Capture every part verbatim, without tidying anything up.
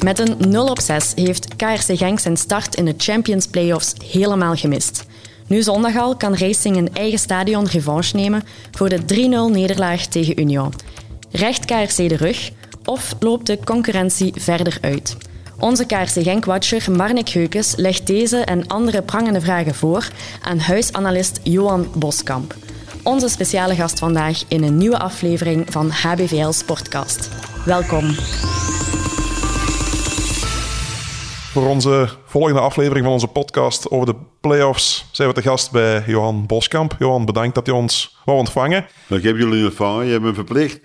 Met een nul op zes heeft K R C Genk zijn start in de Champions Playoffs helemaal gemist. Nu zondag al kan Racing in eigen stadion revanche nemen voor de drie nul nederlaag tegen Union. Recht K R C de rug of loopt de concurrentie verder uit? Onze K R C Genk-watcher Marnik Heukes legt deze en andere prangende vragen voor aan huisanalist Johan Boskamp. Onze speciale gast vandaag in een nieuwe aflevering van H B V L Sportcast. Welkom. Voor onze volgende aflevering van onze podcast over de play-offs zijn we te gast bij Johan Boskamp. Johan, bedankt dat je ons wou ontvangen. Ik heb jullie ontvangen, je hebt me verplicht.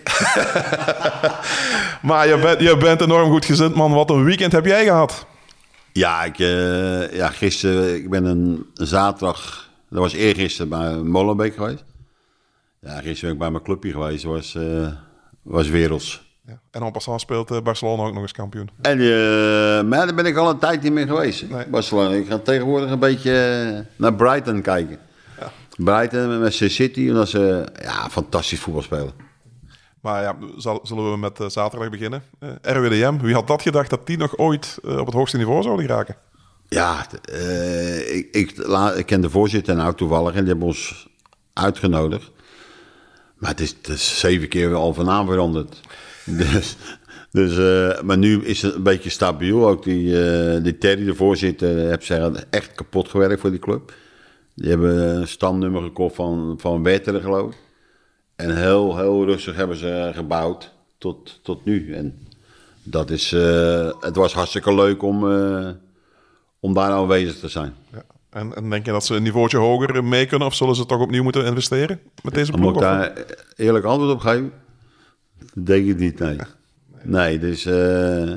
Maar je bent, je bent enorm goed gezind, man. Wat een weekend heb jij gehad? Ja, ik, uh, ja gisteren, ik ben een, een zaterdag, dat was eergisteren bij Molenbeek geweest. Ja, gisteren ben ik bij mijn clubje geweest, was, uh, was werelds. Ja. En en passant speelt Barcelona ook nog eens kampioen. En uh, maar daar ben ik al een tijd niet meer geweest. Nee. Barcelona. Ik ga tegenwoordig een beetje naar Brighton kijken. Ja. Brighton met Manchester City, omdat ze ja, fantastisch voetbal spelen. Maar ja, zal, zullen we met uh, zaterdag beginnen. Uh, R W D M, wie had dat gedacht dat die nog ooit uh, op het hoogste niveau zouden geraken? Ja, uh, ik, ik, la, ik ken de voorzitter nou toevallig en die hebben ons uitgenodigd. Maar het is, het is zeven keer al van naam veranderd. Dus, dus, uh, maar nu is het een beetje stabiel. Ook die, uh, die Terry, de voorzitter, heeft zich echt kapot gewerkt voor die club. Die hebben een stamnummer gekocht van, van Werteren, geloof ik. En heel, heel rustig hebben ze gebouwd tot, tot nu. En dat is, uh, het was hartstikke leuk om, uh, om daar aanwezig te zijn. Ja. En, en denk je dat ze een niveautje hoger mee kunnen? Of zullen ze toch opnieuw moeten investeren met deze ploeg? Moet ik daar eerlijk antwoord op geven? Dat denk ik niet, nee. Nee, dus... Uh,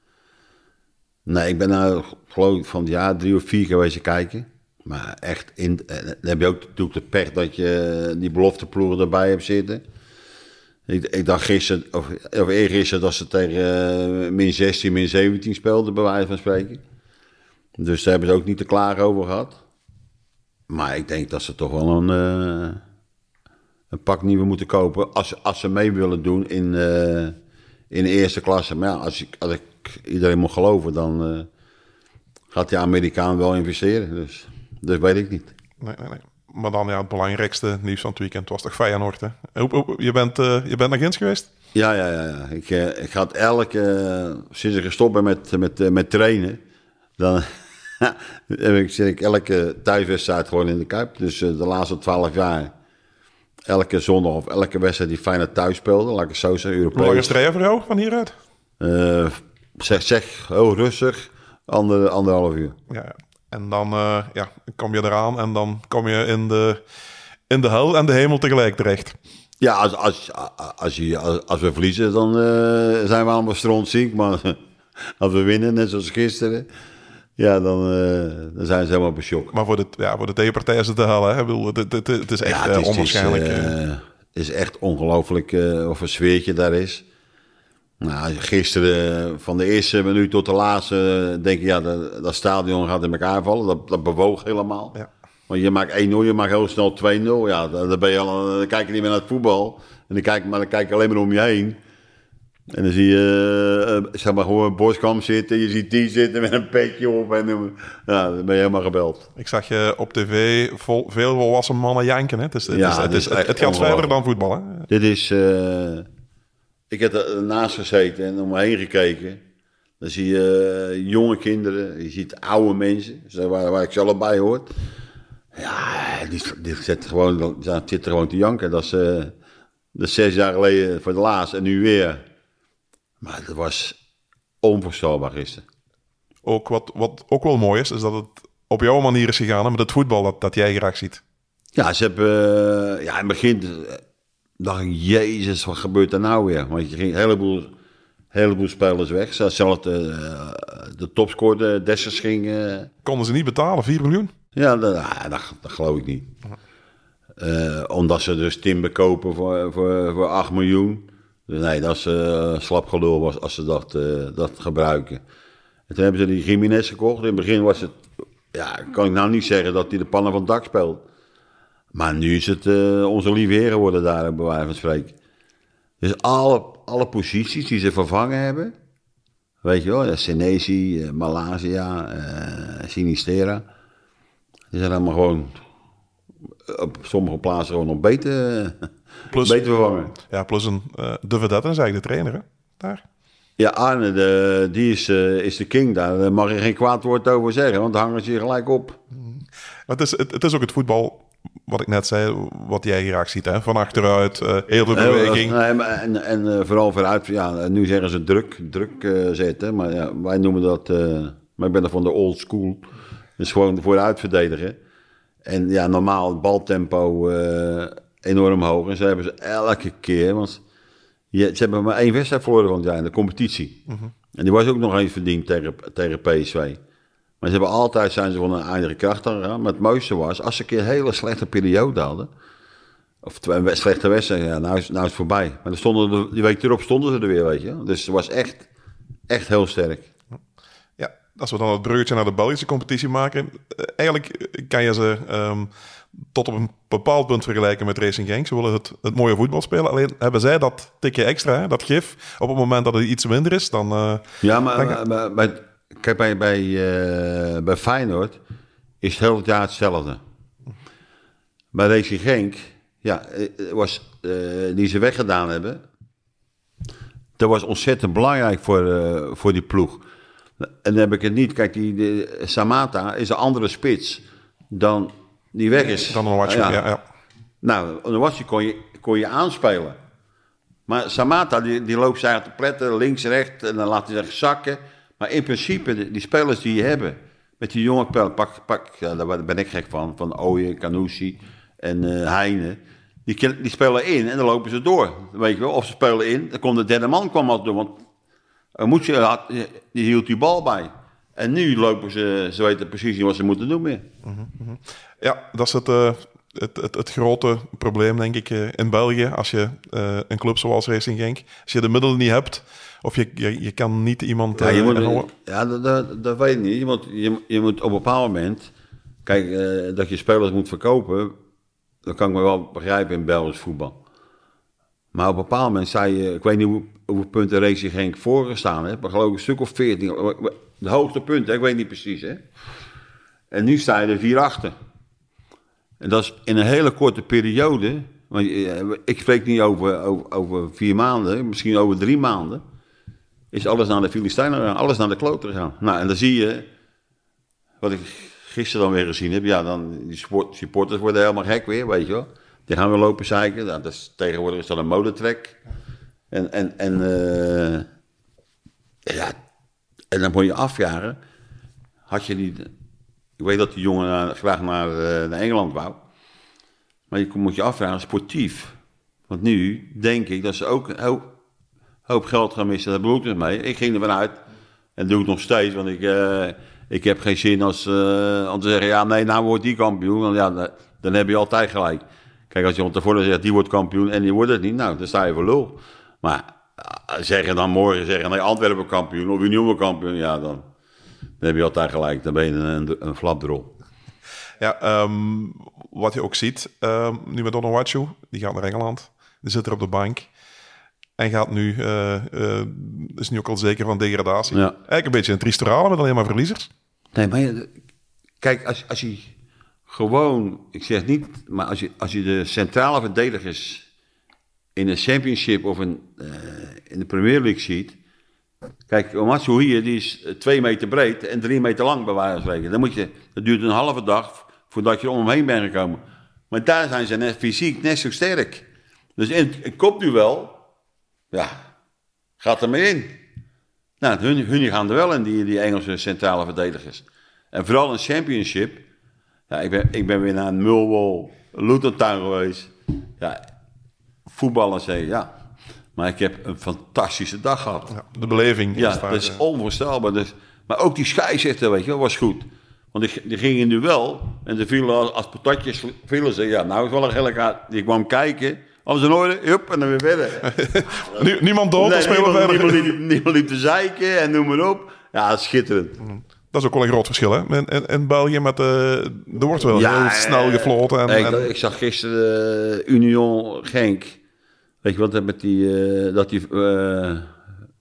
nee, ik ben nou geloof ik van het jaar drie of vier geweest kijken. Maar echt, in, dan heb je ook natuurlijk de pech dat je die belofteploegen erbij hebt zitten. Ik, ik dacht gisteren, of, of eergisteren, dat ze tegen uh, min zestien, min zeventien speelden, bij wijze van spreken. Dus daar hebben ze ook niet te klagen over gehad. Maar ik denk dat ze toch wel een... Uh, een pak nieuwe moeten kopen als, als ze mee willen doen in, uh, in de eerste klasse. Maar ja, als ik, als ik iedereen moet geloven, dan uh, gaat die Amerikaan wel investeren. Dus dat weet ik niet. Nee, nee, nee. Maar dan ja, het belangrijkste nieuws van het weekend was toch Feyenoord, hè? Je bent, uh, je bent naar Gints geweest? Ja, ja, ja. ja. Ik, uh, ik ga het elke... Uh, sinds ik gestopt ben met, met, uh, met trainen, dan zit ik elke thuiswedstrijd gewoon in de Kuip. Dus uh, de laatste twaalf jaar... Elke zondag of elke wedstrijd die Feyenoord thuis speelde, laat ik het zo zeggen, Europees. Hoe lang is het rijden voor jou van hieruit? Uh, zeg, zeg, heel rustig, ander, anderhalf uur. Ja, en dan uh, ja, kom je eraan en dan kom je in de, in de hel en de hemel tegelijk terecht. Ja, als, als, als, je, als, als we verliezen, dan uh, zijn we allemaal strontziek. Maar als we winnen, net zoals gisteren... Ja, dan, uh, dan zijn ze helemaal beschokt. Maar voor de, ja, voor de tegenpartij is het de hel, hè? Ik bedoel, het, het, het is echt ja, het is, uh, onwaarschijnlijk. Het is, uh, is echt ongelooflijk uh, of een sfeertje daar is. Nou, gisteren, van de eerste minuut tot de laatste, uh, denk ik, ja, dat, dat stadion gaat in elkaar vallen. Dat, dat bewoog helemaal. Ja. Want je maakt één nul, je maakt heel snel twee nul. Ja, dan, dan, ben je al, dan kijk je niet meer naar het voetbal. En dan kijk, maar dan kijk je alleen maar om je heen. En dan zie je, uh, zeg maar, gewoon een Boskamp zitten. Je ziet die zitten met een petje op. En uh, ja, dan ben je helemaal gebeld. Ik zag je op tv vol, veel volwassen mannen janken. Hè? Het, is, het, ja, is, het, is, het, het gaat verder dan voetbal. Hè? Dit is... Uh, ik heb ernaast gezeten en om me heen gekeken. Dan zie je uh, jonge kinderen. Je ziet oude mensen. Waar, waar ik zelf bij hoor. Ja, die, die zitten gewoon, die zitten gewoon te janken. Dat is, uh, dat is zes jaar geleden voor de laatste. En nu weer... Maar het was onvoorstelbaar gisteren. Ook wat, wat ook wel mooi is, is dat het op jouw manier is gegaan. Met het voetbal dat, dat jij graag ziet. Ja, ze hebben... Uh, ja, in het begin dacht ik, jezus, wat gebeurt er nou weer? Want je ging een heleboel, heleboel spelers weg. Zelfs de, uh, de topscorer, Dessers ging... Uh, Konden ze niet betalen, vier miljoen? Ja, dat, dat, dat geloof ik niet. Uh, omdat ze dus Timber kopen voor, voor, voor acht miljoen... Dus nee, dat is uh, slap gelul was als ze dat, uh, dat gebruiken. En toen hebben ze die Jiménez gekocht. In het begin was het... Ja, kan ik nou niet zeggen dat hij de pannen van het dak speelt. Maar nu is het uh, onze lieve heren worden daar, bij wijze van spreken. Dus alle, alle posities die ze vervangen hebben... Weet je wel, Senesi, Malaysia, uh, Sinistera. Die zijn allemaal gewoon op sommige plaatsen gewoon nog beter, plus, beter vervangen. Ja, plus een, uh, de vedette is eigenlijk de trainer, hè? Daar. Ja, Arne, de, die is, uh, is de king daar. Daar mag je geen kwaad woord over zeggen, want dan hangen ze je gelijk op. Het is, het, het is ook het voetbal, wat ik net zei, wat jij graag ziet, hè? Van achteruit, uh, heel veel beweging. Nee, en en uh, vooral vooruit, ja, nu zeggen ze druk, druk uh, zetten, maar ja, wij noemen dat, uh, maar ik ben er van de old school. Dus gewoon vooruit verdedigen. En ja, normaal het baltempo uh, enorm hoog. En ze hebben ze elke keer, want je, ze hebben maar één wedstrijd verloren van het jaar in de competitie. Mm-hmm. En die was ook nog eens verdiend tegen, tegen P S V. Maar ze hebben altijd, zijn ze van een eindige kracht aan gegaan. Maar het mooiste was, als ze een keer een hele slechte periode hadden, of twee slechte wedstrijden, ja, nou is, nou is het voorbij. Maar dan stonden de, die week erop stonden ze er weer, weet je. Dus het was echt, echt heel sterk. Ja, als we dan het bruggetje naar de Belgische competitie maken, eigenlijk kan je ze um, tot op een bepaald punt vergelijken met Racing Genk. Ze willen het, het mooie voetbal spelen, alleen hebben zij dat tikje extra, hè, dat gif. Op het moment dat het iets minder is, dan... Uh, ja, maar, dan maar, maar, maar kijk, bij, bij, uh, bij Feyenoord is het heel het jaar hetzelfde. Bij Racing Genk, ja, was, uh, die ze weggedaan hebben, dat was ontzettend belangrijk voor, uh, voor die ploeg. En dan heb ik het niet. Kijk, die, de, Samata is een andere spits dan die weg is. Dan een watje, ja. ja, ja. Nou, een watje kon je, kon je aanspelen. Maar Samata, die, die loopt zich te pletten, links, rechts, en dan laat hij zich zakken. Maar in principe, die, die spelers die je hebben, met die jonge pijl, pak, pak, ja, daar ben ik gek van, van Ooyen, Canoussi en uh, Heine. Die, die spelen in en dan lopen ze door. Weet je wel, of ze spelen in, dan komt de derde man kwam al door, want Moet je, die hield die bal bij. En nu lopen ze, ze weten precies niet wat ze moeten doen meer. Mm-hmm. Ja, dat is het, uh, het, het, het grote probleem, denk ik, uh, in België. Als je uh, een club zoals Racing Genk, als je de middelen niet hebt, of je, je, je kan niet iemand... Uh, ja, je moet, ja dat, dat, dat weet ik niet. Je moet, je, je moet op een bepaald moment... Kijk, uh, dat je spelers moet verkopen, dat kan ik me wel begrijpen in Belgisch voetbal. Maar op een bepaald moment zei je, ik weet niet hoe, hoeveel punten Racing Genk voorgestaan heeft, maar geloof ik een stuk of veertien. De hoogste punten, ik weet niet precies. Hè? En nu sta je er vier achter. En dat is in een hele korte periode, want ik spreek niet over, over, over vier maanden, misschien over drie maanden, is alles naar de Filistijnen gegaan, alles naar de kloten gegaan. Nou, en dan zie je, wat ik gisteren dan weer gezien heb, ja, dan die sport, supporters worden helemaal gek weer, weet je wel. Die gaan we lopen zeiken. Nou, dat is, tegenwoordig is dat een modetrek. En, en, en, uh, ja, en dan moet je afjaren. Had je niet... Ik weet dat die jongen uh, graag naar, uh, naar Engeland wou. Maar je moet je afvragen, sportief. Want nu denk ik dat ze ook een hoop, hoop geld gaan missen. Daar bedoel ik dus mee. Ik ging ervan uit. En dat doe ik nog steeds. Want ik, uh, ik heb geen zin als, uh, om te zeggen... Ja, nee, nou wordt die kampioen. Want ja, dan, dan heb je altijd gelijk. Kijk, als je van tevoren zegt, die wordt kampioen en die wordt het niet, nou, dan sta je voor lul. Maar uh, zeggen dan morgen, zeggen, nee, Antwerpen kampioen of Union kampioen, ja, dan, dan heb je altijd gelijk. Dan ben je een, een, een flapdrol. Ja, um, wat je ook ziet, um, nu met Onuachu, die gaat naar Engeland, die zit er op de bank en gaat nu, uh, uh, is nu ook al zeker van degradatie. Ja. Eigenlijk een beetje een trieste verhaal met alleen maar verliezers. Nee, maar je, kijk, als, als je... Gewoon, ik zeg niet, maar als je, als je de centrale verdedigers in de Championship of in, uh, in de Premier League ziet. Kijk, Onuachu hier, die is twee meter breed en drie meter lang bij wijze van spreken. Dan moet je, dat duurt een halve dag voordat je om hem heen bent gekomen. Maar daar zijn ze net fysiek net zo sterk. Dus in een kopduel, ja, gaat er mee in. Nou, hun, hun gaan er wel in, die, die Engelse centrale verdedigers. En vooral in Championship... Ja, ik, ben, ik ben weer naar Millwall, Luton Town geweest. Ja, voetballen zeggen, ja. Maar ik heb een fantastische dag gehad. Ja, de beleving. Ja, dat is onvoorstelbaar. Dus, maar ook die scheidsrechter, weet je wel, was goed. Want die, die ging in duel en ze vielen als, als patatjes, vielen ze. Ja, nou is wel een gekke kaart. Die kwam kijken, alles in orde, hup, en dan weer verder. Nie, niemand dood, nee, spelen niemand, verder. Niemand liep, niemand liep te zeiken en noem maar op. Ja, schitterend. Mm. Dat is ook wel een groot verschil, hè? In, in, in België met de... Er wordt wel ja, heel snel gefloten. En, ik, en... ik zag gisteren uh, Union Genk. Weet je wat, met die, uh, dat die uh,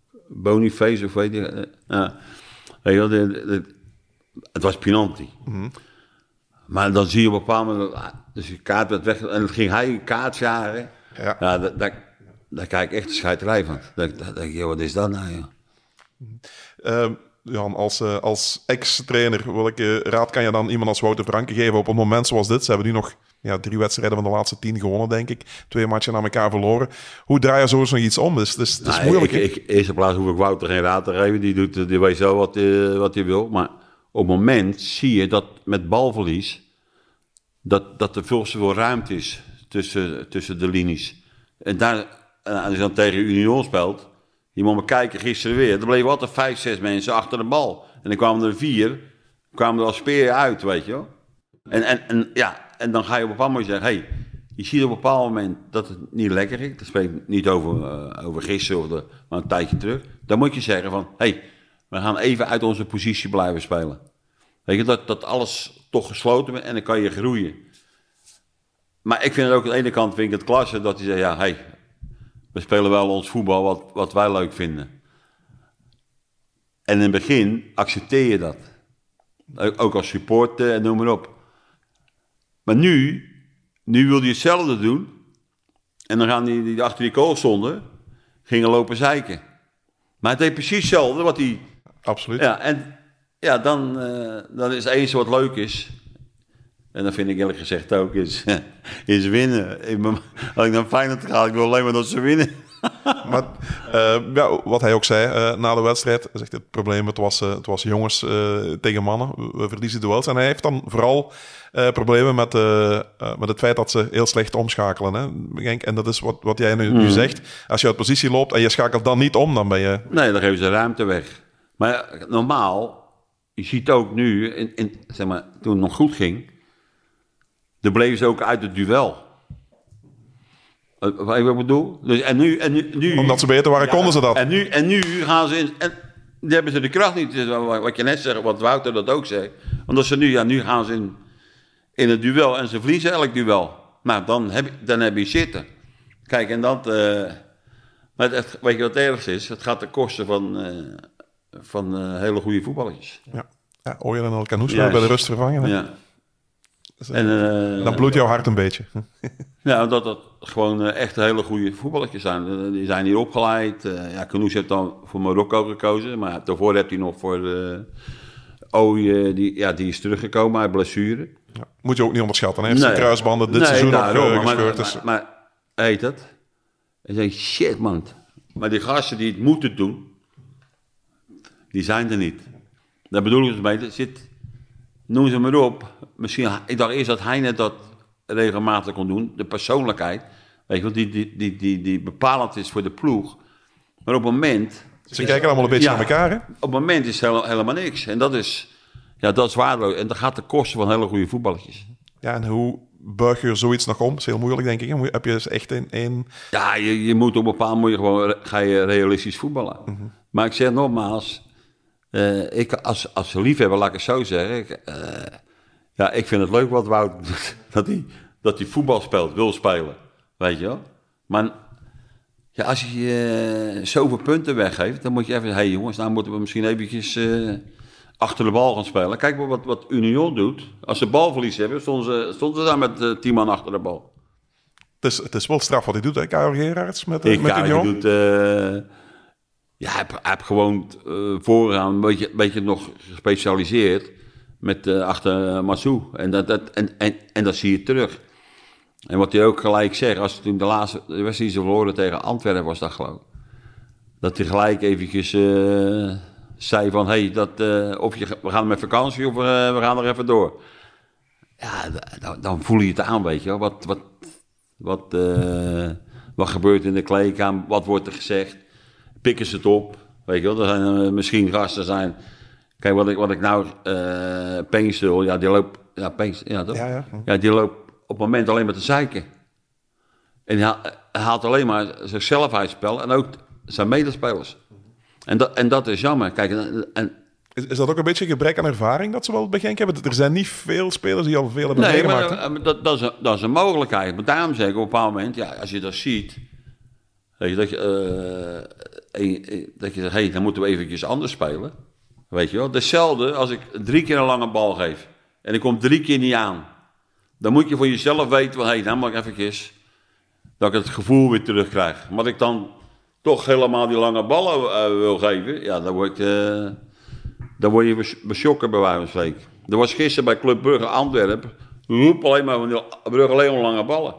Boniface of weet je. Uh, weet je wel, de, de, de, het was Pinanti. Mm-hmm. Maar dan zie je op een bepaald moment, dus die kaart werd weg en dan ging hij een kaart jagen. Ja, ja daar, daar, daar kijk ik echt de scheiterij van. Dan denk je, wat is dat nou? Ja. Uh, Jan, als, uh, als ex-trainer, welke raad kan je dan iemand als Wouter Franke geven op een moment zoals dit? Ze hebben nu nog ja, drie wedstrijden van de laatste tien gewonnen, denk ik. Twee matchen aan elkaar verloren. Hoe draai je zo eens nog iets om? Dus, dus, het is nou, moeilijk. Ik, ik, eerste plaats hoef ik Wouter geen raad te geven. Die, doet, die weet zo wat hij wat wil. Maar op het moment zie je dat met balverlies, dat, dat er veel te veel ruimte is tussen, tussen de linies. En daar, als je dan tegen Union speelt, je moet maar kijken, gisteren weer. Er bleven altijd vijf, zes mensen achter de bal. En dan kwamen er vier, kwamen er als speer uit, weet je wel. En, en, en, ja, en dan ga je op een bepaald moment zeggen, hey, je ziet op een bepaald moment dat het niet lekker is. Dat spreek ik niet over, uh, over gisteren of de, maar een tijdje terug. Dan moet je zeggen van, hey, we gaan even uit onze positie blijven spelen. Weet je, dat, dat alles toch gesloten is en dan kan je groeien. Maar ik vind het ook aan de ene kant vind ik het klasse dat hij zegt, ja, hey, we spelen wel ons voetbal wat, wat wij leuk vinden. En in het begin accepteer je dat. Ook als supporter en noem maar op. Maar nu, nu wil hij hetzelfde doen. En dan gaan die, die achter die kool stonden, gingen lopen zeiken. Maar het deed precies hetzelfde wat hij... Absoluut. Ja, en ja, dan, uh, dan is het enige wat leuk is. En dat vind ik eerlijk gezegd ook, is, is winnen. Ik ben, als ik dan Feyenoord ga, ik wil alleen maar dat ze winnen. Maar uh, ja, wat hij ook zei uh, na de wedstrijd, hij zegt het probleem, het was, uh, het was jongens uh, tegen mannen, we verliezen duels. En hij heeft dan vooral uh, problemen met, uh, uh, met het feit dat ze heel slecht omschakelen. Hè? En dat is wat, wat jij nu, mm. nu zegt. Als je uit positie loopt en je schakelt dan niet om, dan ben je... Nee, dan geven ze ruimte weg. Maar normaal, je ziet ook nu, in, in, zeg maar, toen het nog goed ging, dan bleven ze ook uit het duel. Wat ik bedoel? Dus, en nu, en nu, nu, Omdat ze beter waren, ja, konden ze dat. En nu, en nu gaan ze in... En die hebben ze de kracht niet. Dus wat je net zegt, wat Wouter dat ook zei. Omdat ze nu... Ja, nu gaan ze in, in het duel en ze verliezen elk duel. Nou, dan heb, dan heb je zitten. Kijk, en dat... Uh, maar het, weet je wat het ergste is? Het gaat ten koste van, uh, van uh, hele goede voetballetjes. Ja, ja Ooyer en El Canoes bij de rust vervangen. Hè? Ja. En, uh, dan bloedt jouw hart een beetje. Ja, dat dat gewoon uh, echt hele goede voetballetjes zijn. Uh, die zijn hier opgeleid. Uh, ja, Canoes heeft dan voor Marokko gekozen. Maar daarvoor heeft hij nog voor uh, Ooy, die, ja, die is teruggekomen uit blessure. Ja, moet je ook niet onderschatten. Hij heeft nee. zijn kruisbanden dit nee, seizoen daarom, nog uh, gescheurd. Maar, maar, maar, maar heet dat? En zeg shit man. Maar die gasten die het moeten doen, die zijn er niet. Daar bedoel ik dus mee. Zit... Noem ze maar op. Misschien, ik dacht eerst dat hij net dat regelmatig kon doen. De persoonlijkheid. Weet je wel, die, die, die, die, die bepalend is voor de ploeg. Maar op het moment... Ze kijken allemaal een beetje ja, naar elkaar, hè? Op het moment is er helemaal niks. En dat is, ja, dat is waardeloos. En dat gaat ten koste van hele goede voetballetjes. Ja, en hoe buig je zoiets nog om? Dat is heel moeilijk, denk ik. Heb je dus echt een... een... Ja, je, je moet op een bepaald moment gewoon... Ga je realistisch voetballen. Mm-hmm. Maar ik zeg nogmaals... Uh, ik als, als liefhebber, laat ik het zo zeggen. Ik, uh, ja, ik vind het leuk wat Wout dat hij dat hij voetbal speelt, wil spelen. Weet je wel? Maar ja, als je uh, zoveel punten weggeeft, dan moet je even zeggen: hé hey jongens, nou moeten we misschien eventjes uh, achter de bal gaan spelen. Kijk maar wat, wat Union doet. Als ze balverlies hebben, stonden ze, stonden ze daar met uh, tien man achter de bal. Het is, het is wel straf wat hij doet, hè, Karel Gerards met, uh, met Union. Doet, uh, Ja, hij heeft heb gewoon uh, vooraan een beetje, beetje nog gespecialiseerd met uh, achter uh, Massou. En dat, dat, en, en, en dat zie je terug. En wat hij ook gelijk zegt, als toen de laatste de wedstrijd die ze verloren tegen Antwerpen was dat geloof ik. Dat hij gelijk eventjes uh, zei van, hé, hey, uh, of je, we gaan met vakantie of uh, we gaan er even door. Ja, dan, dan voel je het aan, weet je wel. Wat, wat, wat, uh, wat gebeurt in de kleedkamer, wat wordt er gezegd. Pikken ze het op, weet je wel, er zijn uh, misschien gasten zijn. Kijk, wat ik, wat ik nou, uh, Peenstul, ja, die loopt, ja, Peenstul, ja, toch? Ja, ja. ja, die loopt op het moment alleen maar te zeiken. En hij haalt alleen maar zichzelf uit het spel en ook zijn medespelers. En dat, en dat is jammer. Kijk, en, is, is dat ook een beetje gebrek aan ervaring dat ze wel bij Genk hebben? Er zijn niet veel spelers die al veel hebben nee, meegemaakt. Nee, maar dat, dat, is een, dat is een mogelijkheid. Maar daarom zeg ik op een bepaald moment, ja, als je dat ziet, weet je, dat je... Uh, dat je zegt, hé, hey, dan moeten we eventjes anders spelen. Weet je wel? Hetzelfde als ik drie keer een lange bal geef en ik kom drie keer niet aan. Dan moet je voor jezelf weten, hé, hey, dan moet ik eventjes dat ik het gevoel weer terugkrijg. Maar ik dan toch helemaal die lange ballen uh, wil geven, ja, dan word, uh, dan word je beschokken bij wijze van spreken. Er was gisteren bij Club Brugge Antwerpen, roep alleen maar van die Brugge alleen maar lange ballen.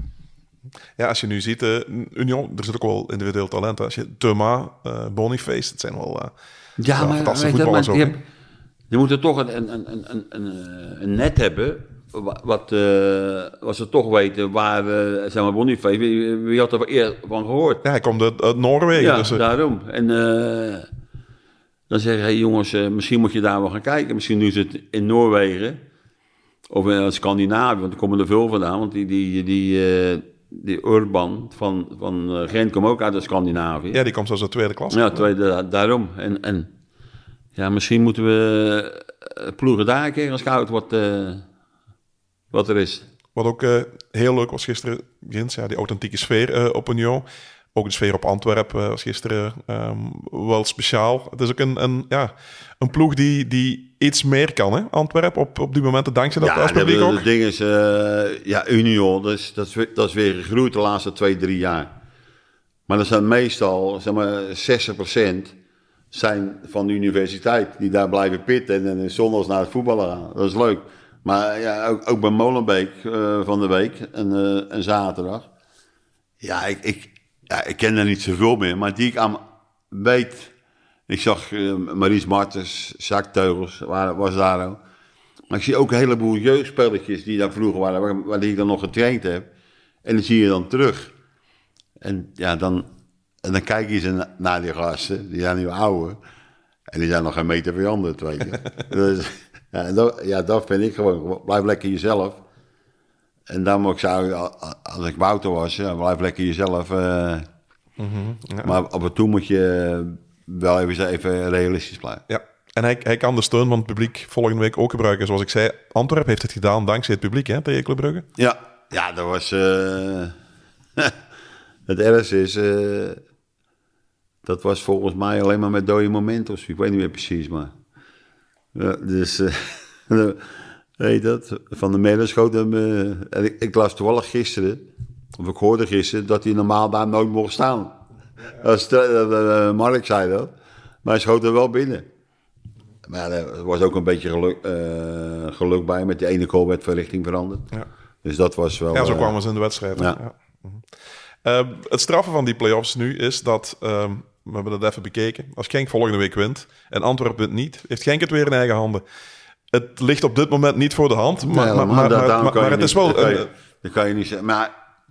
Ja, als je nu ziet, uh, Union, er zit ook wel individueel talent. Hè? Als je Thomas, uh, Boniface, het zijn wel uh, ja, ja, maar, fantastische weet voetballers je, ook. maar die, heb, die moeten toch een, een, een, een, een, een net hebben, wat, uh, wat ze toch weten waar, uh, zeg maar, Boniface, wie, wie had er eerder van gehoord? Ja, hij komt uit, uit Noorwegen. Ja, dus, uh, daarom. En uh, dan zeggen hey, jongens, uh, misschien moet je daar wel gaan kijken. Misschien doen ze het in Noorwegen of in Scandinavië, want er komen er veel vandaan, want die... die, die uh, Die Urban van, van Gent komt ook uit Scandinavië. Ja, die komt zelfs uit de tweede klas. Ja, tweede, daarom. En, en ja, misschien moeten we ploegen daar een keer gaan scouten wat, uh, wat er is. Wat ook uh, heel leuk was gisteren, Jens, ja, die authentieke sfeer uh, op Union. Ook de sfeer op Antwerpen uh, was gisteren um, wel speciaal. Het is ook een, een, ja, een ploeg die, die iets meer kan, hè? Antwerpen, op, op die momenten dankzij dat ja, publiek ook. Het ding is, uh, ja, Union, dat is, dat, is weer, dat is weer gegroeid de laatste twee, drie jaar. Maar dat zijn meestal, zeg maar, zestig procent zijn van de universiteit die daar blijven pitten en, en zondags naar het voetballen gaan. Dat is leuk. Maar ja, ook, ook bij Molenbeek uh, van de week, en, uh, en zaterdag. Ja ik, ik, ja, ik ken er niet zoveel meer, maar die ik aan weet. Ik zag uh, Maries Martens, Jacques Teugels, waar, was daar ook. Maar ik zie ook een heleboel jeugdspelletjes die daar vroeger waren, waar, waar die ik dan nog getraind heb. En die zie je dan terug. En ja, dan, en dan kijk je ze na, naar die gasten, die zijn nu ouder. En die zijn nog geen meter veranderd, weet je. Dus, ja, dat, ja, dat vind ik gewoon, blijf lekker jezelf. En dan moet ik zeggen, als ik Wouter was, ja, blijf lekker jezelf. Uh, mm-hmm, ja. Maar af en toe moet je wel even, even realistisch blijven. Ja, en hij, hij kan de steun van het publiek volgende week ook gebruiken. Zoals ik zei, Antwerpen heeft het gedaan dankzij het publiek, hè, tegen Club Brugge. Ja, ja, dat was... Uh, het ergste is... Uh, dat was volgens mij alleen maar met dode momenten. Of ik weet niet meer precies, maar... Uh, dus... Uh, weet je dat? Van de Melle schoot hem... Uh, en ik, ik las toevallig gisteren... Of ik hoorde gisteren... dat hij normaal daar nooit mocht staan. Als uh, uh, Mark zei dat. Maar hij schoot er wel binnen. Maar ja, er was ook een beetje geluk, uh, geluk bij. Met die ene goal werd van richting veranderd. Ja. Dus dat was wel... Ja, zo uh, kwamen ze in de wedstrijd. Ja. Ja. Uh, het straffen van die play-offs nu is dat... Um, we hebben dat even bekeken. Als Genk volgende week wint en Antwerpen wint niet... heeft Genk het weer in eigen handen. Het ligt op dit moment niet voor de hand. Maar, nee, maar, maar, maar, maar, maar het niet, is wel... Dat kan, je, dat kan je niet zeggen. Maar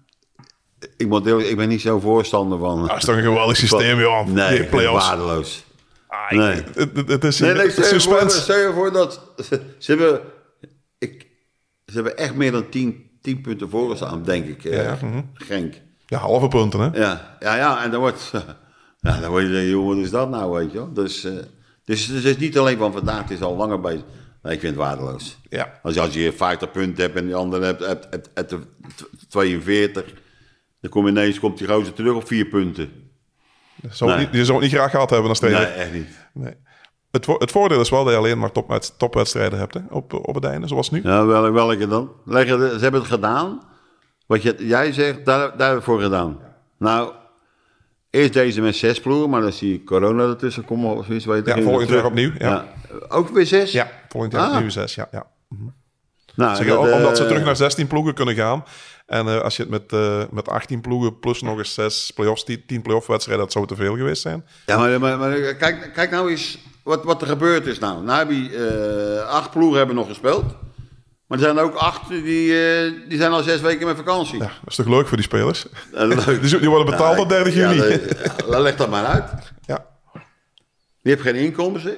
ik, moet, ik ben niet zo voorstander van... Dat is toch een geweldig systeem, joh. Nee, die play-offs. waardeloos. Ah, nee. Ik, het, het, het is nee, nee, stel je voor, stel je voor dat... Ze, ze, hebben, ik, ze hebben echt meer dan tien, tien punten voorgestaan, denk ik. Ja, uh, mm-hmm. Genk. Ja, halve punten, hè? Ja, ja, ja en dan wordt... Ja, dan word je denken, joh, wat is dat nou, weet je wel. Dus, uh, dus het is niet alleen van vandaag, het is al langer bezig. Nee, ik vind het waardeloos. Ja. Als je, als je vijftig punten hebt en die andere hebt, hebt, hebt, hebt, hebt tweeënveertig... dan kom je ineens, komt die gozer terug op vier punten. Zou nee. niet, je zou het niet graag gehad hebben als trainer. Nee, echt niet. Nee. Het, vo- het voordeel is wel dat je alleen maar top, topwedstrijden hebt, hè, op, op het einde, zoals nu. Ja, wel, welke dan? Ze hebben het gedaan. Wat je, jij zegt, daar, daar hebben we het voor gedaan. Nou... Eerst deze met zes ploegen, maar dan zie je corona ertussen komen. Of iets, weet ja, volgend jaar opnieuw. Ja. Ja. Ook weer zes? Ja, volgend jaar ah. opnieuw zes, ja. ja. Mm-hmm. Nou, zeg, dat, omdat uh, ze terug naar zestien ploegen kunnen gaan. En uh, als je het met, uh, met achttien ploegen plus nog eens zes play-offs, tien play-off wedstrijden, dat zou te veel geweest zijn. Ja, maar, maar, maar kijk, kijk nou eens wat, wat er gebeurd is nou. Nou heb je uh, acht ploegen hebben nog gespeeld. Maar er zijn ook acht die, uh, die zijn al zes weken met vakantie. Ja, dat is toch leuk voor die spelers? Uh, leuk. die, die worden betaald ja, op dertig juni. Ja, ja, leg dat maar uit. Ja. Die heeft geen inkomsten.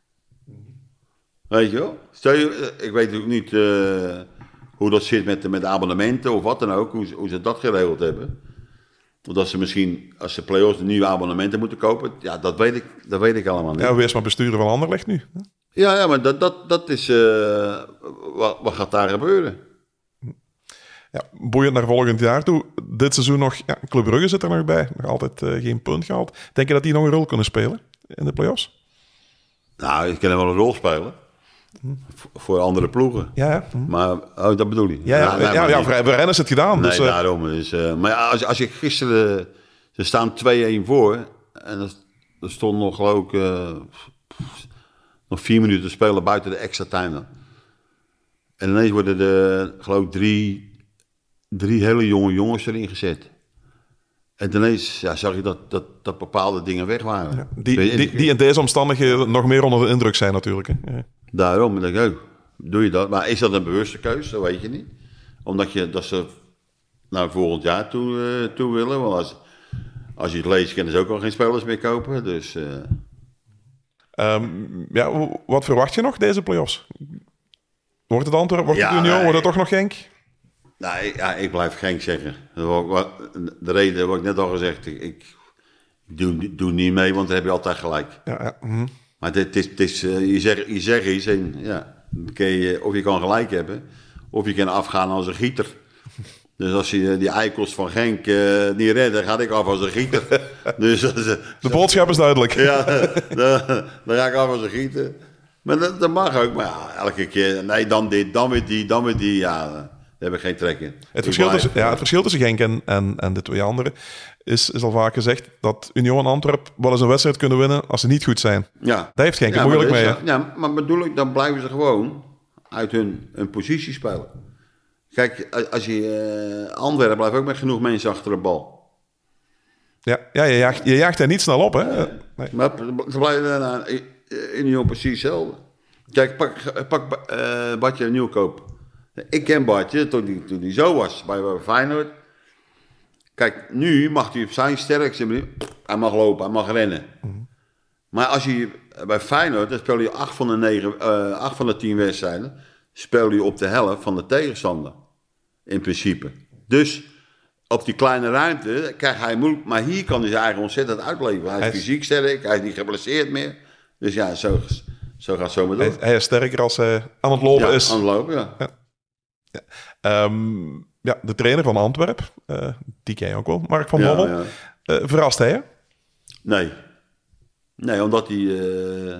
Weet je wel? Stel je, ik weet ook niet uh, hoe dat zit met, met abonnementen of wat dan ook. Hoe, hoe ze dat geregeld hebben. Of dat ze misschien, als ze play-offs, nieuwe abonnementen moeten kopen. Ja, dat weet ik, dat weet ik allemaal niet. Ja, wees maar bestuurder van Anderlecht nu. Ja, ja, maar dat, dat, dat is... Uh, wat, wat gaat daar gebeuren? Ja, boeiend naar volgend jaar toe. Dit seizoen nog... Ja, Club Brugge zit er nog bij. Nog altijd uh, geen punt gehaald. Denk je dat die nog een rol kunnen spelen in de play-offs? Nou, die kunnen wel een rol spelen. Hm. Voor andere ploegen. Ja, ja. Hm. Maar, oh, dat bedoel je? Ja, ja, ja, ja, ja bij Rennes is het gedaan. Nee, dus, uh... daarom. Dus, uh, maar ja, als, als je gisteren... Ze staan twee-een voor. En er, er stond nog, geloof ik... Uh, nog vier minuten te spelen buiten de extra time. En ineens worden er, geloof ik, drie, drie hele jonge jongens erin gezet. En ineens ja, zag je dat, dat, dat bepaalde dingen weg waren. Ja, die, die, die in deze omstandigheden nog meer onder de indruk zijn natuurlijk. Hè. Ja. Daarom, denk ik, doe je dat. Maar is dat een bewuste keuze? Dat weet je niet. Omdat je, dat ze naar volgend jaar toe, uh, toe willen. Want als, als je het leest, kunnen ze ook al geen spelers meer kopen. Dus... Uh... Um, ja, wat verwacht je nog, deze play-offs? Wordt het Antwerpen, wordt ja, het Union, nee, wordt het toch nog Genk? Nou, ik, ja, ik blijf Genk zeggen. De reden wat ik net al gezegd, ik, ik doe, doe niet mee, want dan heb je altijd gelijk. Ja, ja. Mm-hmm. Maar dit, dit, dit is, je zegt je zeg iets en ja, kun je, of je kan gelijk hebben, of je kan afgaan als een gieter. Dus als je die eikels van Genk uh, niet redt, dan ga ik af als een gieter. Dus, uh, de boodschap is duidelijk. Ja, dan, dan ga ik af als een gieter. Maar dat, dat mag ook. Maar ja, elke keer, nee, dan dit, dan weer die, dan weer die. Ja, daar heb ik geen trek in. Het verschil tussen, ja, het verschil tussen Genk en, en, en de twee anderen is, is al vaak gezegd dat Union en Antwerpen wel eens een wedstrijd kunnen winnen als ze niet goed zijn. Ja. Daar heeft Genk ja, moeilijk mee. Ja, ja, maar bedoel ik, dan blijven ze gewoon uit hun, hun positie spelen. Kijk, als je uh, Antwerpen blijft ook met genoeg mensen achter de bal. Ja, ja je, jaagt, je jaagt er niet snel op, hè? Nee. Maar ze blijven uh, in Union precies hetzelfde. Kijk, pak, pak uh, Bartje Nieuwkoop. Ik ken Bartje toen hij toen die zo was bij Feyenoord. Kijk, nu mag hij op zijn sterkste manier... Hij mag lopen, hij mag rennen. Mm-hmm. Maar als je bij Feyenoord, dan speel je acht van de, negen, uh, acht van de tien wedstrijden... speel je op de helft van de tegenstander. In principe. Dus op die kleine ruimte krijgt hij moeilijk. Maar hier kan hij zijn eigen ontzettend uitleven. Hij is, hij is fysiek sterk, hij is niet geblesseerd meer. Dus ja, zo, zo gaat het zo maar door. Hij, hij is sterker als hij aan het lopen ja, is. aan het lopen, ja. ja. Ja. Um, ja, de trainer van Antwerpen, uh, die ken je ook wel, Mark van ja, Bommel. Ja. Uh, verrast hij, hè? Nee. Nee, omdat hij... Uh,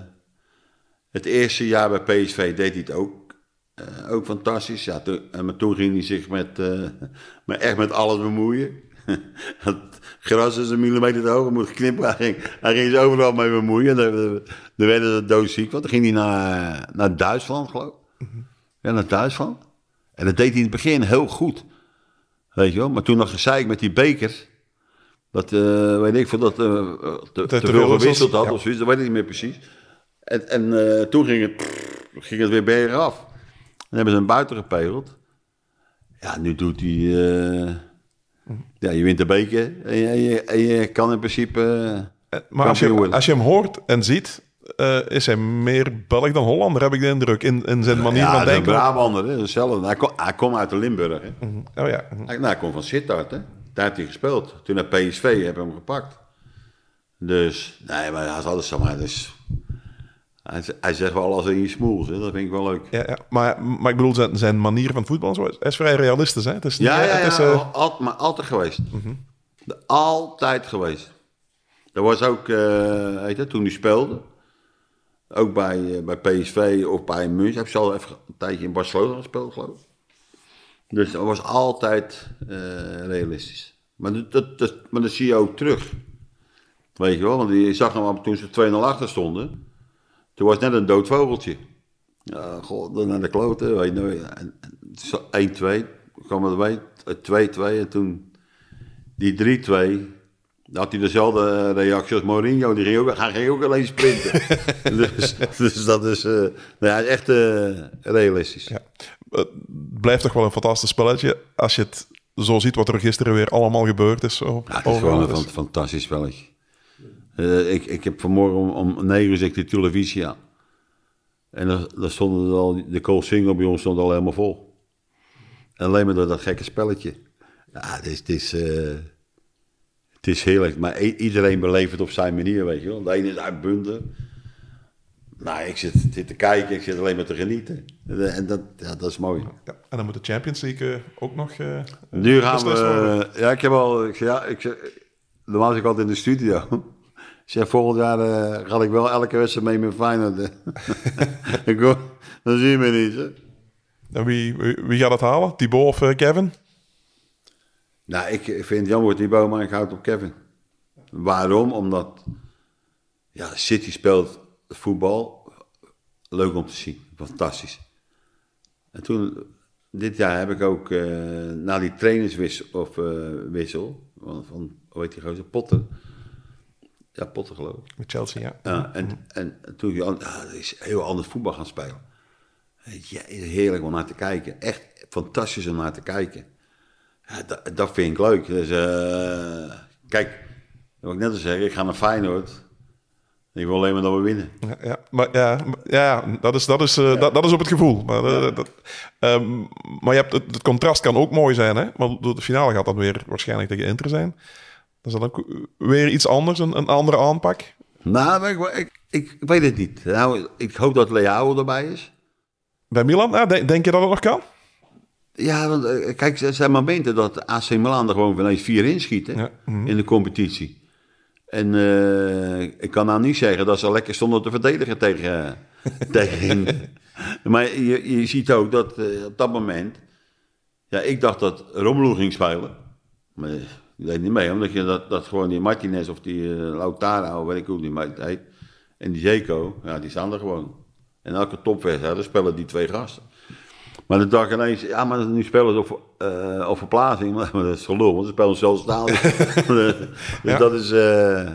het eerste jaar bij P S V deed hij het ook. Uh, ook fantastisch. Ja, to, uh, maar toen ging hij zich met, uh, met echt met alles bemoeien. Het gras is een millimeter te hoog, moet knippen. Hij ging, hij ging ze overal mee bemoeien. Dan, dan werden ze doodziek. Want dan ging hij naar, naar Duitsland, geloof ik. Mm-hmm. Ja, naar Duitsland. En dat deed hij in het begin heel goed. Weet je wel. Maar toen nog gezeik met die beker. Dat, uh, weet ik veel, dat uh, te, te, te veel gewisseld had. Ja. Of zoiets, dat weet ik niet meer precies. En, en uh, toen ging het, pff, ging het weer bergen af. Dan hebben ze hem buiten gepegeld. Ja, nu doet hij... Uh, ja, je wint de beker en je, en je, en je kan in principe... Uh, maar als je, als je hem hoort en ziet, uh, is hij meer Belg dan Hollander, heb ik de indruk, in, in zijn manier ja, van denken. Ja, Brabander, hè, hetzelfde. Hij, kom, hij komt uit de Limburg, hè. Mm-hmm. Oh ja. Mm-hmm. Hij, nou, hij komt van Sittard, hè. Daar heeft hij gespeeld. Toen naar P S V hebben we hem gepakt. Dus, nee, maar hij is alles zo maar, dus... Hij, hij zegt wel als hij in smoels, hè? Dat vind ik wel leuk. Ja, ja. Maar, maar ik bedoel, zijn, zijn manier van voetbal zo, is vrij realistisch. Hè? Het is niet, ja, ja, ja, het is, uh... al, maar altijd geweest. Mm-hmm. Altijd geweest. Dat was ook, uh, weet je, toen hij speelde. Ook bij, uh, bij P S V of bij München. Ik heb zelf even een tijdje in Barcelona gespeeld, geloof ik. Dus dat was altijd uh, realistisch. Maar dat, dat, dat, maar dat zie je ook terug. Weet je wel, want je zag hem toen ze twee nul achter stonden. Toen was het net een dood vogeltje. Ja, god, dan naar de kloten. Weet je, één twee, kwam erbij, twee twee en toen die drie twee. Dan had hij dezelfde reactie als Mourinho. Die ging ook, hij ging ook alleen sprinten. dus, dus dat is, uh, nou ja, echt uh, realistisch. Ja. Het blijft toch wel een fantastisch spelletje. Als je het zo ziet wat er gisteren weer allemaal gebeurd is. Zo, ja, het is gewoon een fantastisch spelletje. Uh, ik, ik heb vanmorgen om, om negen uur zet de televisie aan. En daar stonden al, de Koolsingel bij ons stond al helemaal vol. En alleen maar door dat gekke spelletje. Ja, het is, het is, uh, het is heerlijk. Maar i- iedereen beleeft het op zijn manier, weet je wel. De ene is uitbundig. Nou, ik zit, zit te kijken, ik zit alleen maar te genieten. En dat, ja, dat is mooi. Ja, en dan moet de Champions League uh, ook nog... Uh, nu gaan we... Uh, ja, ik heb al... Ik, ja, ik, normaal zit ik altijd in de studio. Ik zeg, volgend jaar uh, ga ik wel elke wedstrijd mee met Feyenoord. Ik hoor, dan zie je me niet. Hè? En wie, wie, wie gaat het halen? Thibaut of uh, Kevin? Nou, ik vind het jammer Thibaut, maar ik houd op Kevin. Waarom? Omdat... Ja, City speelt voetbal leuk om te zien. Fantastisch. En toen... Dit jaar heb ik ook uh, na die trainerswissel... Of uh, wissel... Van, van, hoe heet die gozer? Potter... Ja, Potter geloof ik. Met Chelsea, ja. ja en, en, en toen ja, is heel anders voetbal gaan spelen. Ja, heerlijk om naar te kijken. Echt fantastisch om naar te kijken. Ja, dat, dat vind ik leuk. Dus, uh, kijk, wat ik net al zei, ik ga naar Feyenoord. Ik wil alleen maar dat we winnen. Ja, ja, maar ja, ja dat, is, dat, is, uh, ja. dat, dat is op het gevoel. Maar, uh, ja. dat, um, maar je hebt, het, het contrast kan ook mooi zijn, hè? Maar door de finale gaat dat weer waarschijnlijk tegen Inter zijn. Dus dat ook weer iets anders, een, een andere aanpak? Nou, ik, ik, ik weet het niet. Nou, ik hoop dat Leao erbij is. Bij Milan? Ja, denk, denk je dat het nog kan? Ja, want kijk, er zijn momenten dat A C Milan er gewoon ineens vier inschieten ja. mm-hmm. in de competitie. En uh, ik kan nou niet zeggen dat ze lekker stonden te verdedigen tegen, tegen maar je, je ziet ook dat uh, op dat moment... Ja, ik dacht dat Romelu ging spelen. Maar... Ik deed niet mee, omdat je dat, dat gewoon die Martinez of die uh, Lautaro, weet ik hoe die meid heet, en die Zeko, ja, die staan er gewoon. En elke topwedstrijd, dan spelen die twee gasten. Maar dan dacht ik ineens, ja, maar nu spelen ze over, uh, over plaatsing, maar dat is gelul, want ze spelen zelfs stadion. dus ja. dat is, uh,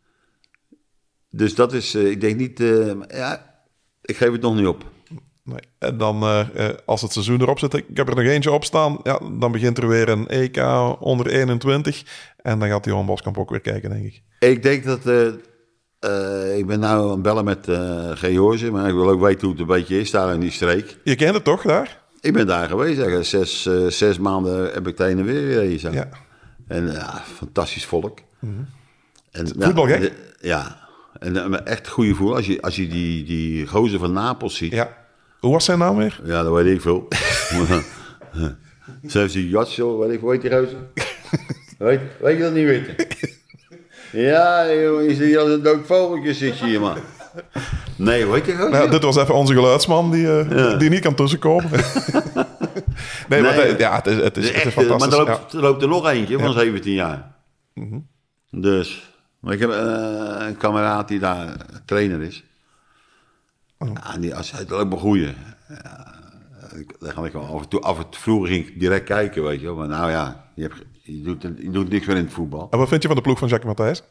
dus dat is, uh, ik denk niet, uh, ja, ik geef het nog niet op. Nee. En dan, uh, uh, als het seizoen erop zit, ik heb er nog eentje op staan, ja, dan begint er weer een E K onder eenentwintig. En dan gaat Johan Boskamp ook weer kijken, denk ik. Ik denk dat, uh, uh, ik ben nu aan het bellen met uh, George, maar ik wil ook weten hoe het een beetje is daar in die streek. Je kent het toch, daar? Ik ben daar geweest, zeg. Zes, uh, zes maanden heb ik heen en weer gereden. Zo. Ja. En ja, uh, fantastisch volk. Mm-hmm. En, voetbalgek? Nou, ja, en uh, echt goede voetbal. Als je, als je die, die gozer van Napels ziet... Ja. Hoe was zijn naam weer? Ja, dat weet ik veel. Zelfs die Jatso, weet ik, hoe heet die gozer? weet, weet je dat niet weten? Ja, joh, je ziet als een dood vogeltje zit je hier, man. Nee, hoe heet die gozer? Nou, dit was even onze geluidsman die, uh, ja. die niet kan tussenkomen. nee, nee, maar de, ja, het is, het is, het is echt, fantastisch. Maar er loopt, ja. er loopt er nog eentje van ja. zeventien jaar. Mm-hmm. Dus, maar ik heb uh, een kameraad die daar trainer is. Oh. Ja, die, als hij het ook maar goeie. Ja, dan ga ik wel af en toe, af en toe, vroeger ging ik direct kijken, weet je wel. Maar nou ja, je, hebt, je, doet, je doet niks meer in het voetbal. En wat vind je van de ploeg van Jacques Matthijs?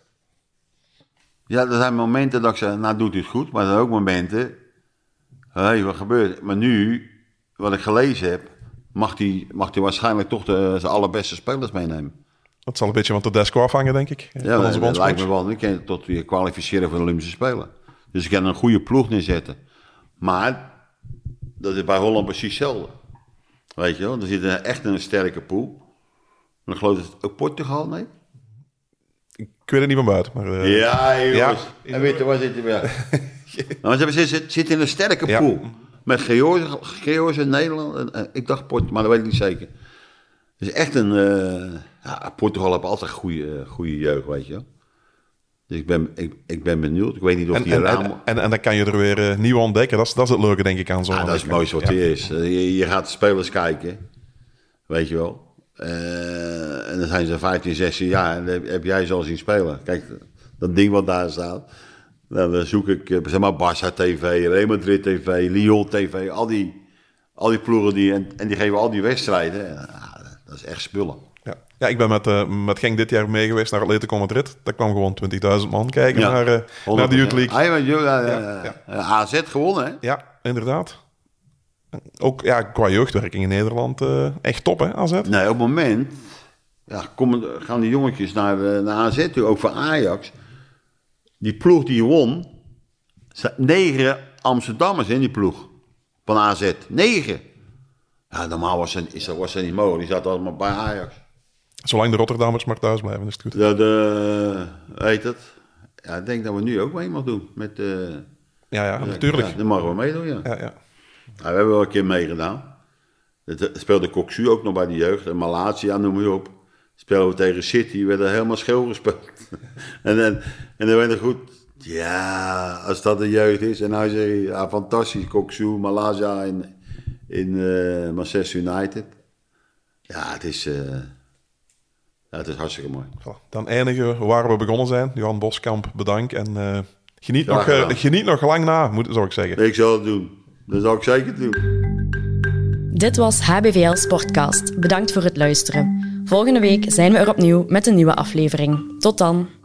Ja, er zijn momenten dat ik zeg, nou doet hij het goed. Maar er zijn ook momenten, hé, hey, wat gebeurt? Maar nu, wat ik gelezen heb, mag hij, mag hij waarschijnlijk toch de, zijn allerbeste spelers meenemen. Dat zal een beetje van Tedesco afhangen, denk ik. Ja, dat, dat lijkt me wel. Ik kan tot weer kwalificeren voor de Olympische Spelen. Dus ik kan een goede ploeg neerzetten. Maar dat is bij Holland precies hetzelfde. Weet je wel, er zit een, echt een sterke pool. Dan geloof ik dat het ook Portugal, nee? Ik weet het niet van buiten. Maar, uh... Ja, jongens. Ja. En weet je, waar zit hij weer? nou, ze zitten zit in een sterke pool. Ja. Met Georgië, Nederland. En, ik dacht Portugal, maar dat weet ik niet zeker. Het is echt een... Uh, ja, Portugal heeft altijd goede, goede jeugd, weet je wel. Dus ik ben, ik, ik ben benieuwd. Ik weet niet of en, die en, raam... En, en, en dan kan je er weer uh, nieuw ontdekken. Dat is, dat is het leuke, denk ik, aan zo'n... Ja, dat is het mooiste wat ja. er is. Je, je gaat de spelers kijken. Weet je wel. Uh, en dan zijn ze vijftien, zestien jaar. En dan heb jij ze al zien spelen. Kijk, dat ding wat daar staat. Dan zoek ik, zeg maar, Barça T V, Real Madrid T V, Lyon T V. Al die, al die ploegen die... En, en die geven al die wedstrijden. Ja, dat is echt spullen. Ja. ja, ik ben met, uh, met Genk dit jaar mee geweest naar Atletico Madrid. Daar kwam gewoon twintigduizend man kijken ja, naar, uh, naar de Youth League. Ah, ja, ja, ja, ja. A Z gewonnen, hè? Ja, inderdaad. Ook ja, qua jeugdwerking in Nederland uh, echt top, hè, A Z? Nee, op het moment ja, komen, gaan die jongetjes naar, uh, naar A Z toe, ook voor Ajax. Die ploeg die won, negen Amsterdammers in die ploeg van A Z. Negen. Ja, normaal was ze, was ze niet mogelijk. Die zat allemaal bij Ajax. Zolang de Rotterdammers maar thuis blijven, is het goed. Ja, de, weet het. Ja, ik denk dat we nu ook mee mag doen. Met, uh, Ja, ja, natuurlijk. Ja, dat mogen we meedoen, ja. Ja, ja. Nou, we hebben wel een keer meegedaan. Het speelde Koksu ook nog bij de jeugd. En Malaysia, noem je op. Spelen we tegen City, werden helemaal schil gespeeld. en, en, en dan weet je goed... Ja, als dat de jeugd is. En nou zeg je, ja, fantastisch. Koksu, Malaysia in, in uh, Manchester United. Ja, het is, uh, ja, het is hartstikke mooi. Voilà. Dan eindigen we waar we begonnen zijn. Johan Boskamp, bedankt. En uh, geniet, ja, nog, uh, geniet nog lang na, moet, zou ik zeggen. Ik zal het doen. Dat zal ik zeker doen. Dit was H B V L Sportcast. Bedankt voor het luisteren. Volgende week zijn we er opnieuw met een nieuwe aflevering. Tot dan.